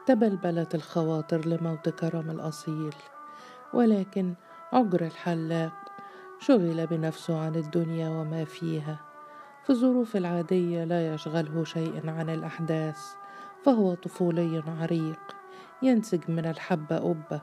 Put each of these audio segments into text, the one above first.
تبلبلت الخواطر لموت كرم الأصيل، ولكن عجر الحلاق شغل بنفسه عن الدنيا وما فيها. في الظروف العادية لا يشغله شيء عن الأحداث، فهو طفولي عريق ينسج من الحبة أبة،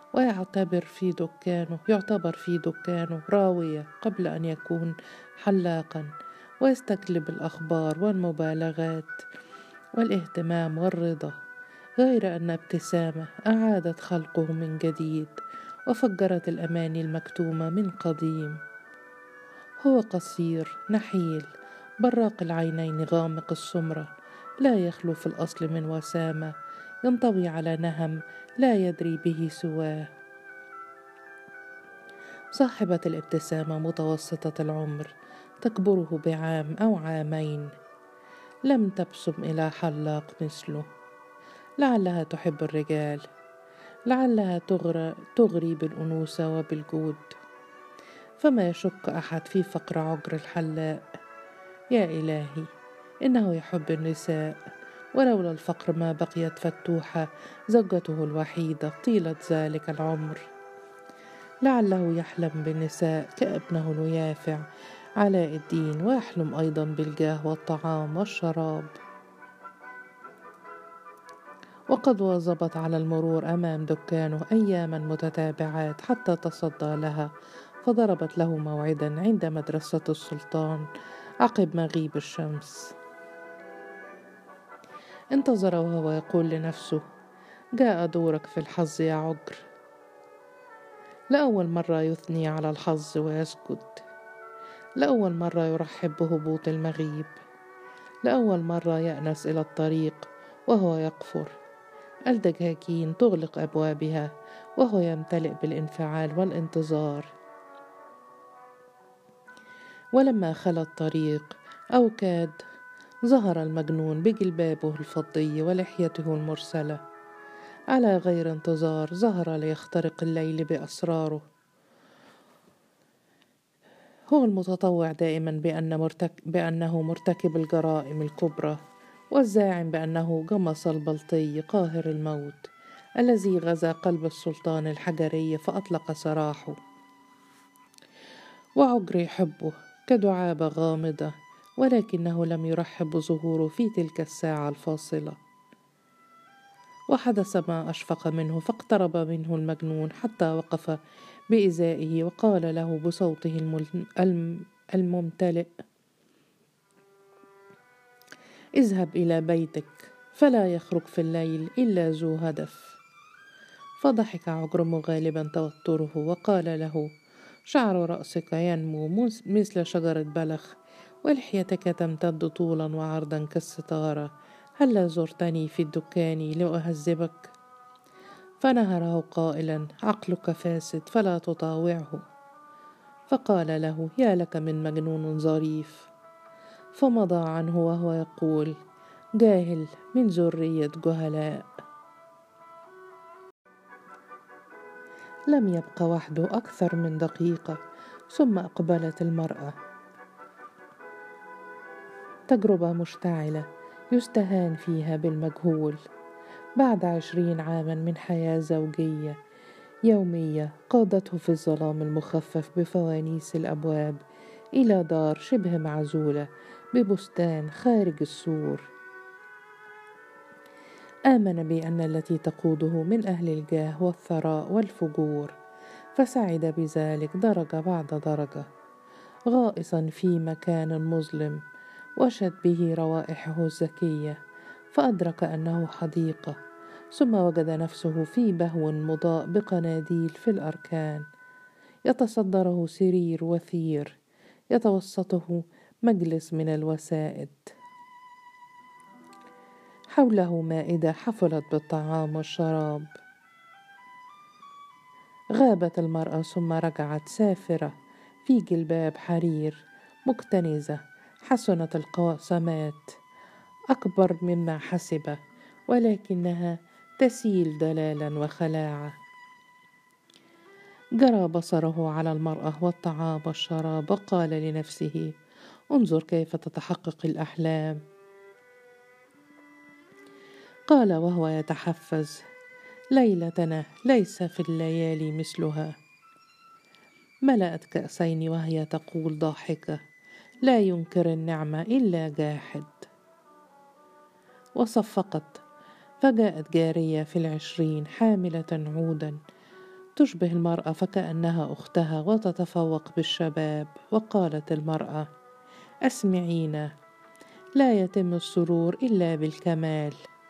يعتبر في دكانه راوية قبل أن يكون حلاقا، ويستجلب الأخبار والمبالغات والاهتمام والرضا. غير أن ابتسامة أعادت خلقه من جديد، وفجرت الأماني المكتومة من قديم. هو قصير نحيل، براق العينين غامق السمرة، لا يخلو في الأصل من وسامة، ينطوي على نهم لا يدري به سواه. صاحبة الابتسامة متوسطة العمر، تكبره بعام أو عامين، لم تبسم إلى حلاق مثله. لعلها تحب الرجال، لعلها تغري بالأنوثة وبالجود، فما يشك أحد في فقر عجر الحلاق. يا إلهي، إنه يحب النساء، ولولا الفقر ما بقيت فتوحة زوجته الوحيدة طيلة ذلك العمر. لعله يحلم بالنساء كابنه اليافع علاء الدين، ويحلم أيضا بالجاه والطعام والشراب. وقد واظبت على المرور أمام دكانه أياما متتابعات حتى تصدى لها، فضربت له موعدا عند مدرسة السلطان عقب مغيب الشمس. انتظر وهو يقول لنفسه: جاء دورك في الحظ يا عجر. لأول مرة يثني على الحظ ويسجد، لأول مرة يرحب بهبوط المغيب، لأول مرة يأنس إلى الطريق وهو يقفر. الدكاكين تغلق أبوابها وهو يمتلئ بالانفعال والانتظار. ولما خلا الطريق أو كاد، ظهر المجنون بجلبابه الفضي ولحيته المرسلة. على غير انتظار ظهر ليخترق الليل بأسراره. هو المتطوع دائما بأنه مرتكب الجرائم الكبرى، والزاعم بأنه جمص البلطي قاهر الموت، الذي غزا قلب السلطان الحجري فأطلق سراحه. وعجر يحبه كدعابة غامضة، ولكنه لم يرحب بظهوره في تلك الساعة الفاصلة. وحدث ما أشفق منه، فاقترب منه المجنون حتى وقف بإزائه، وقال له بصوته الممتلئ: اذهب إلى بيتك، فلا يخرج في الليل إلا ذو هدف. فضحك عجر مغالبا توتره وقال له: شعر رأسك ينمو مثل شجرة بلخ، ولحيتك تمتد طولا وعرضا كالستارة. هلا زرتني في الدكان لأهذبك؟ فنهره قائلا: عقلك فاسد فلا تطاوعه. فقال له: يا لك من مجنون ظريف. فمضى عنه وهو يقول: جاهل من ذرية جهلاء. لم يبق وحده أكثر من دقيقة، ثم أقبلت المرأة. تجربة مشتعلة يستهان فيها بالمجهول. بعد 20 عاما من حياة زوجية يومية قادته في الظلام المخفف بفوانيس الأبواب إلى دار شبه معزولة ببستان خارج السور. آمن بأن التي تقوده من أهل الجاه والثراء والفجور، فسعد بذلك درجة بعد درجة، غائصا في مكان مظلم وشت به روائحه الزكية، فأدرك أنه حديقة، ثم وجد نفسه في بهو مضاء بقناديل في الأركان، يتصدره سرير وثير، يتوسطه مجلس من الوسائد، حوله مائدة حفلت بالطعام والشراب. غابت المرأة ثم رجعت سافرة في جلباب حرير مكتنزة، حسنت القواسمات أكبر مما حسب، ولكنها تسيل دلالا وخلاعة. جرى بصره على المرأة والطعام والشراب وقال لنفسه: انظر كيف تتحقق الأحلام. قال وهو يتحفز: ليلتنا ليس في الليالي مثلها. ملأت كأسين وهي تقول ضاحكة: لا ينكر النعمة إلا جاحد. وصفقت، فجاءت جارية في 20 حاملة عودا تشبه المرأة فكأنها أختها وتتفوق بالشباب. وقالت المرأة: أسمعينا، لا يتم السرور إلا بالكمال.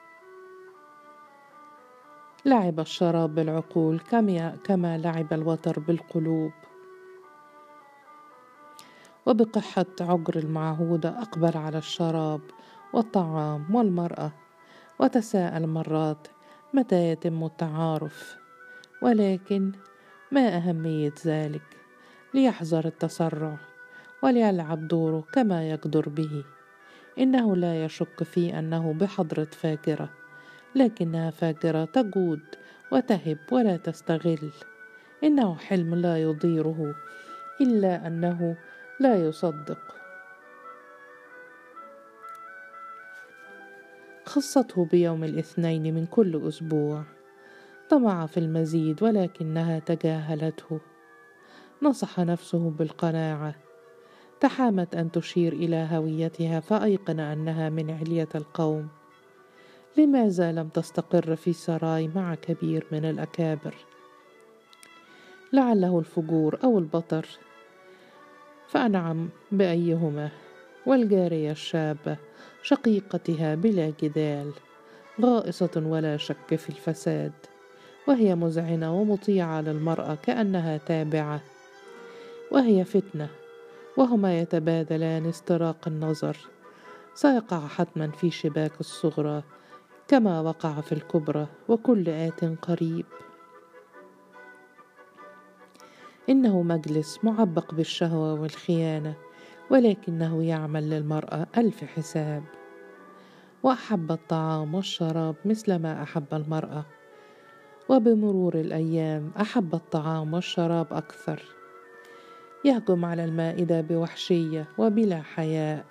لعب الشراب بالعقول كما لعب الوتر بالقلوب. وبقحة عجر المعهودة أقبل على الشراب والطعام والمرأة، وتساءل مرات متى يتم التعارف، ولكن ما أهمية ذلك؟ ليحذر التسرع وليلعب دوره كما يقدر به. إنه لا يشك في أنه بحضرة فاجرة، لكنها فاجرة تجود وتهب ولا تستغل. إنه حلم لا يضيره إلا أنه لا يصدق. خصته بيوم الاثنين من كل أسبوع. طمع في المزيد ولكنها تجاهلته. نصح نفسه بالقناعة. تحامت أن تشير إلى هويتها فأيقن أنها من علية القوم. لماذا لم تستقر في سراي مع كبير من الأكابر؟ لعله الفجور أو البطر، فأنعم بأيهما. والجارية الشابة شقيقتها بلا جدال، غائصة ولا شك في الفساد، وهي مذعنة ومطيعة للمرأة كأنها تابعة، وهي فتنة، وهما يتبادلان استراق النظر. سيقع حتما في شباك الصغرى كما وقع في الكبرى، وكل آت قريب. إنه مجلس معبق بالشهوة والخيانة، ولكنه يعمل للمرأة 1000 حساب. وأحب الطعام والشراب مثل ما أحب المرأة، وبمرور الأيام أحب الطعام والشراب أكثر. يهجم على المائدة بوحشية وبلا حياء،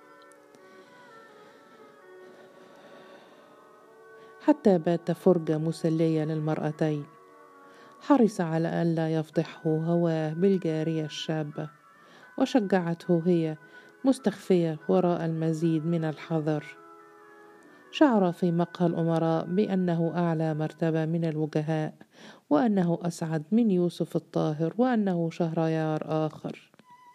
حتى بات فرجة مسلية للمرأتين. حرص على ألا يفضحه هواه بالجارية الشابة، وشجعته هي مستخفية وراء المزيد من الحذر. شعر في مقهى الأمراء بأنه أعلى مرتبة من الوجهاء، وأنه أسعد من يوسف الطاهر، وأنه شهريار آخر.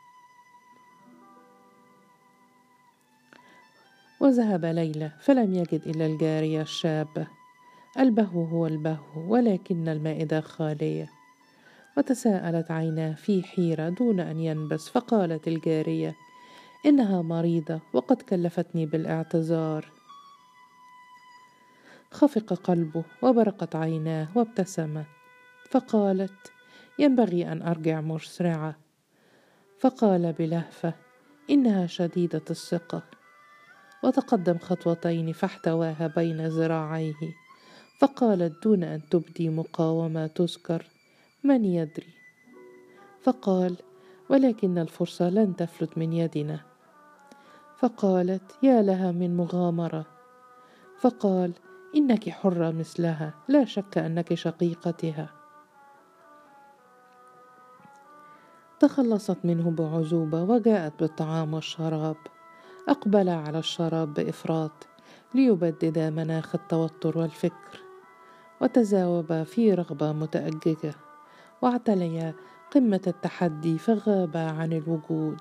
وذهب ليلى فلم يجد إلا الجارية الشابة. البهو هو البهو، ولكن المائدة خالية. وتساءلت عيناه في حيرة دون أن ينبس، فقالت الجارية: إنها مريضة وقد كلفتني بالاعتذار. خفق قلبه وبرقت عيناه وابتسم، فقالت: ينبغي أن أرجع مسرعة. فقال بلهفة: إنها شديدة الثقة. وتقدم خطوتين فاحتواها بين ذراعيه، فقالت دون أن تبدي مقاومة تذكر: من يدري؟ فقال: ولكن الفرصة لن تفلت من يدنا. فقالت: يا لها من مغامرة. فقال: إنك حرة مثلها، لا شك أنك شقيقتها. تخلصت منه بعزوبة وجاءت بالطعام والشراب. أقبل على الشراب بإفراط ليبدد مناخ التوتر والفكر، وتزاوبا في رغبة متأججة، واعتليا قمة التحدي فغابا عن الوجود.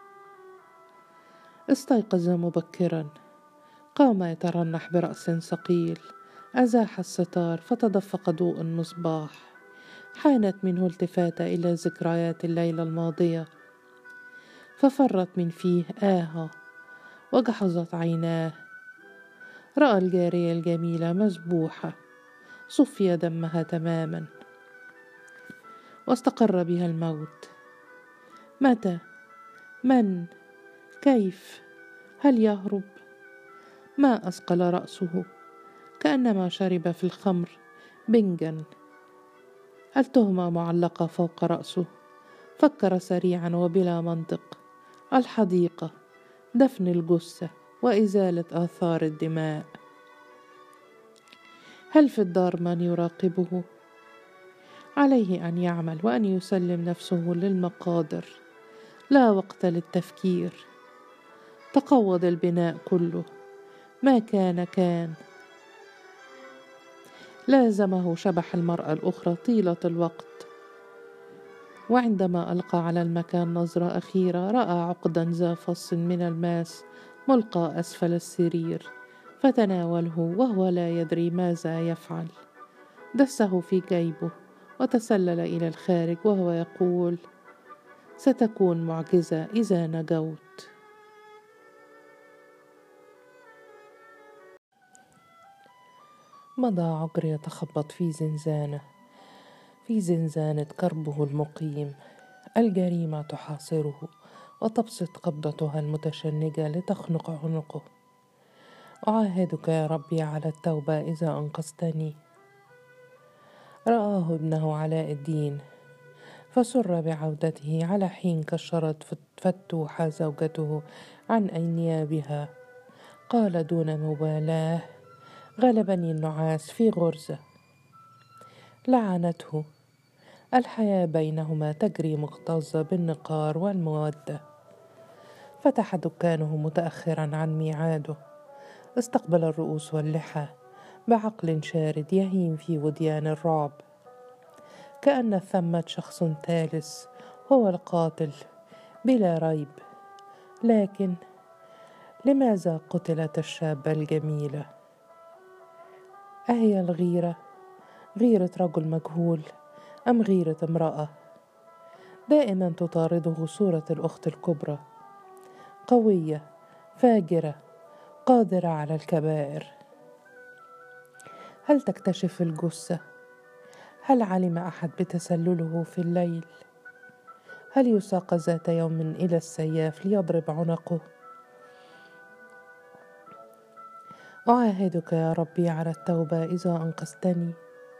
استيقظ مبكرا، قام يترنح برأس ثقيل، أزاح الستار فتدفق ضوء المصباح. حانت منه التفاتة إلى ذكريات الليلة الماضية، ففرت من فيه آهة وجحظت عيناه. رأى الجارية الجميلة مذبوحة، صفي دمها تماما، واستقر بها الموت. متى؟ من؟ كيف؟ هل يهرب؟ ما أثقل رأسه، كأنما شرب في الخمر بنجا. التهمة معلقة فوق رأسه. فكر سريعا وبلا منطق: الحديقة، دفن الجثة، وإزالة آثار الدماء. هل في الدار من يراقبه؟ عليه أن يعمل وأن يسلم نفسه للمقادر، لا وقت للتفكير. تقوض البناء كله، ما كان كان. لازمه شبح المرأة الأخرى طيلة الوقت، وعندما ألقى على المكان نظرة أخيرة رأى عقدا ذا فص من الماس ملقى أسفل السرير، فتناوله وهو لا يدري ماذا يفعل. دسه في جيبه وتسلل إلى الخارج وهو يقول: ستكون معجزة إذا نجوت. مضى عقر يتخبط في زنزانة كربه المقيم. الجريمة تحاصره وتبسط قبضتها المتشنجة لتخنق عنقه. أعاهدك يا ربي على التوبة إذا أنقذتني. رآه ابنه علاء الدين فسر بعودته، على حين كشرت فتوحة زوجته عن أنيابها. قال دون مبالاة: غلبني النعاس في غرزة. لعنته. الحياة بينهما تجري مكتظة بالنقار والمودة. فتح دكانه متأخرا عن ميعاده. استقبل الرؤوس واللحى بعقل شارد يهيم في وديان الرعب، كأن ثمة شخص ثالث هو القاتل بلا ريب. لكن لماذا قتلت الشابة الجميلة؟ أهي الغيرة غيرة رجل مجهول أم غيرة امرأة؟ دائما تطارده صورة الأخت الكبرى، قوية فاجرة قادرة على الكبائر. هل تكتشف الجثة؟ هل علم أحد بتسلله في الليل؟ هل يساق ذات يوم إلى السياف ليضرب عنقه؟ أعاهدك يا ربي على التوبة إذا أنقذتني.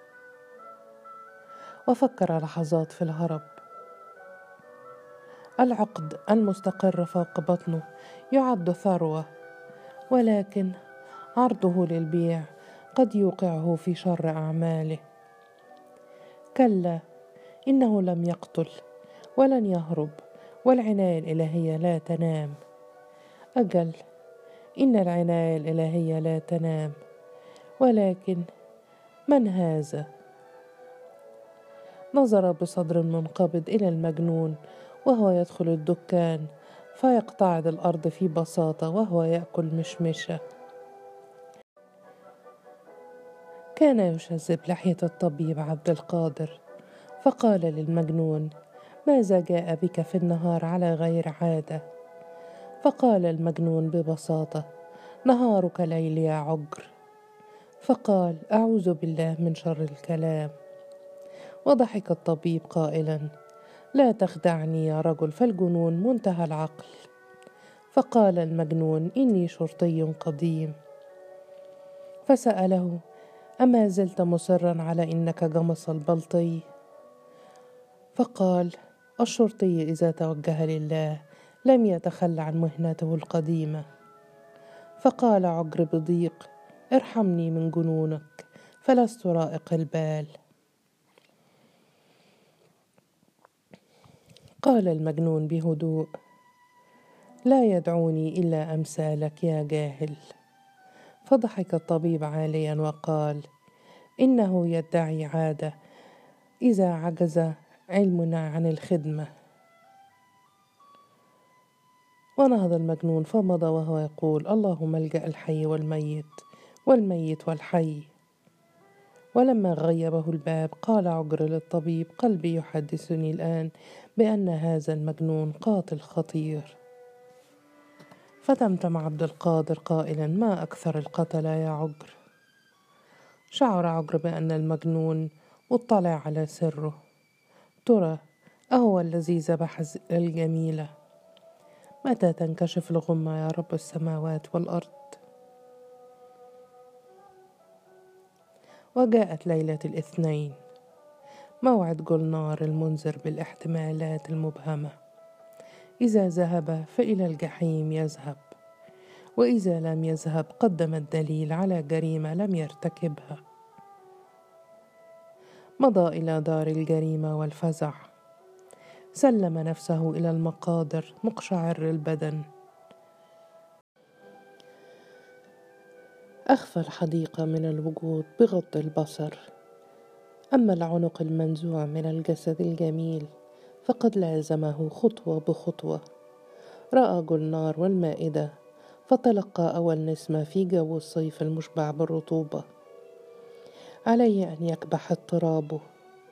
وفكر لحظات في الهرب. العقد المستقر فوق بطنه يعد ثروة، ولكن عرضه للبيع قد يوقعه في شر أعماله. كلا، إنه لم يقتل ولن يهرب، والعناية الإلهية لا تنام. أجل، إن العناية الإلهية لا تنام، ولكن من هذا؟ نظر بصدر منقبض إلى المجنون وهو يدخل الدكان، فيقتعد الأرض في بساطة وهو يأكل مشمشة. كان يشذب لحية الطبيب عبد القادر، فقال للمجنون: ماذا جاء بك في النهار على غير عادة؟ فقال المجنون ببساطة: نهارك ليل يا عجر. فقال: أعوذ بالله من شر الكلام. وضحك الطبيب قائلا: لا تخدعني يا رجل، فالجنون منتهى العقل. فقال المجنون: إني شرطي قديم. فسأله: أما زلت مصرا على إنك جمص البلطي؟ فقال: الشرطي إذا توجه لله لم يتخلى عن مهنته القديمة. فقال عجر بضيق: ارحمني من جنونك، فلست رائق البال. قال المجنون بهدوء: لا يدعوني إلا أمثالك يا جاهل. فضحك الطبيب عاليا وقال: إنه يدعي عادة إذا عجز علمنا عن الخدمة. ونهض المجنون فمضى وهو يقول: اللهم ملجأ الحي والميت، والميت والحي. ولما غيبه الباب قال عجر للطبيب: قلبي يحدثني الآن بأن هذا المجنون قاتل خطير. فتمتم عبد القادر قائلا: ما أكثر القتلة يا عجر. شعر عجر بأن المجنون مطلع على سره. ترى أهو الذي ذبح الجميلة؟ متى تنكشف الغمة يا رب السماوات والأرض؟ وجاءت ليلة الاثنين، موعد جولنار المنذر بالاحتمالات المبهمة. إذا ذهب فإلى الجحيم يذهب، وإذا لم يذهب قدم الدليل على جريمة لم يرتكبها. مضى إلى دار الجريمة والفزع، سلم نفسه إلى المقادر مقشعر البدن. أخفى الحديقة من الوجود بغض البصر، أما العنق المنزوع من الجسد الجميل فقد لازمه خطوة بخطوة. رأى جولنار والمائدة، فتلقى أول نسمة في جو الصيف المشبع بالرطوبة. عليه أن يكبح اضطرابه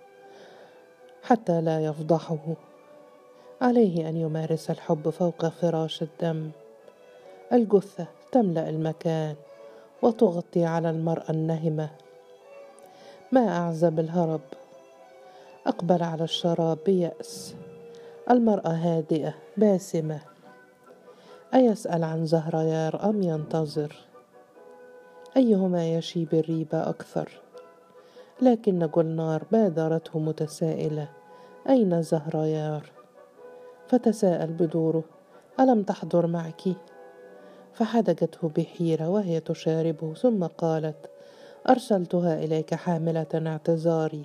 حتى لا يفضحه، عليه أن يمارس الحب فوق فراش الدم. الجثة تملأ المكان وتغطي على المرأة النهمة. ما أعزب الهرب. أقبل على الشراب بيأس. المرأة هادئة باسمة. أيسأل عن زهريار أم ينتظر؟ أيهما يشي بالريبة أكثر؟ لكن جولنار بادرته متسائلة: أين زهريار؟ فتساءل بدوره: ألم تحضر معك؟ فحدقته بحيرة وهي تشاربه، ثم قالت: أرسلتها إليك حاملة اعتذاري.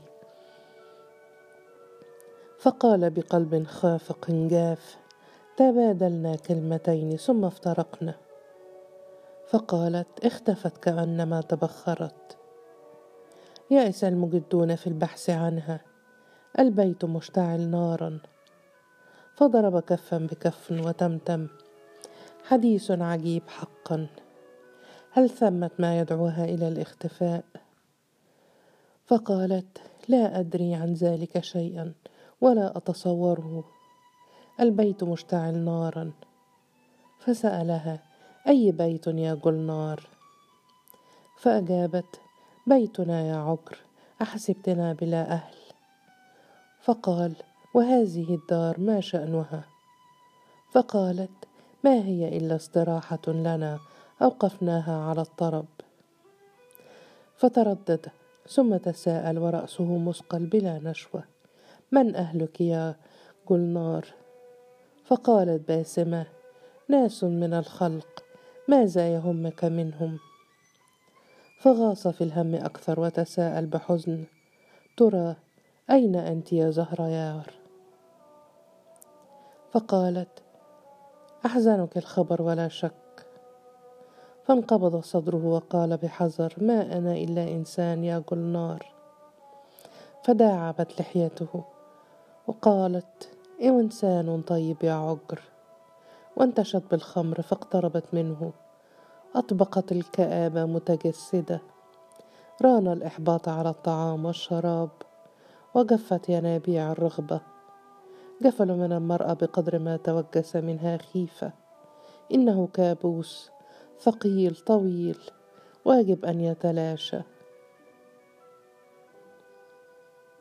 فقال بقلب خافق جاف: تبادلنا كلمتين ثم افترقنا. فقالت: اختفت كأنما تبخرت. يأس المجدون في البحث عنها. البيت مشتعل نارا. فضرب كفا بكف وتمتم: حديث عجيب حقا. هل ثمة ما يدعوها إلى الاختفاء؟ فقالت: لا أدري عن ذلك شيئا ولا أتصوره. البيت مشتعل نارا. فسألها: أي بيت يا جولنار؟ فأجابت: بيتنا يا عكر، أحسبتنا بلا أهل. فقال: وهذه الدار ما شأنها؟ فقالت: ما هي إلا استراحة لنا أوقفناها على الطرب. فتردد ثم تساءل ورأسه مثقل بلا نشوة: من أهلك يا جولنار؟ فقالت باسمة: ناس من الخلق، ماذا يهمك منهم؟ فغاص في الهم أكثر وتساءل بحزن: ترى أين أنت يا زهريار؟ فقالت: أحزنك الخبر ولا شك. فانقبض صدره وقال بحذر: ما أنا إلا إنسان يا جولنار. فداعبت لحيته وقالت: إنسان طيب يا عجر. وانتشت بالخمر فاقتربت منه. أطبقت الكآبة متجسدة. ران الإحباط على الطعام والشراب، وجفت ينابيع الرغبة. جفل من المرأة بقدر ما توجس منها خيفة. إنه كابوس ثقيل طويل، واجب أن يتلاشى.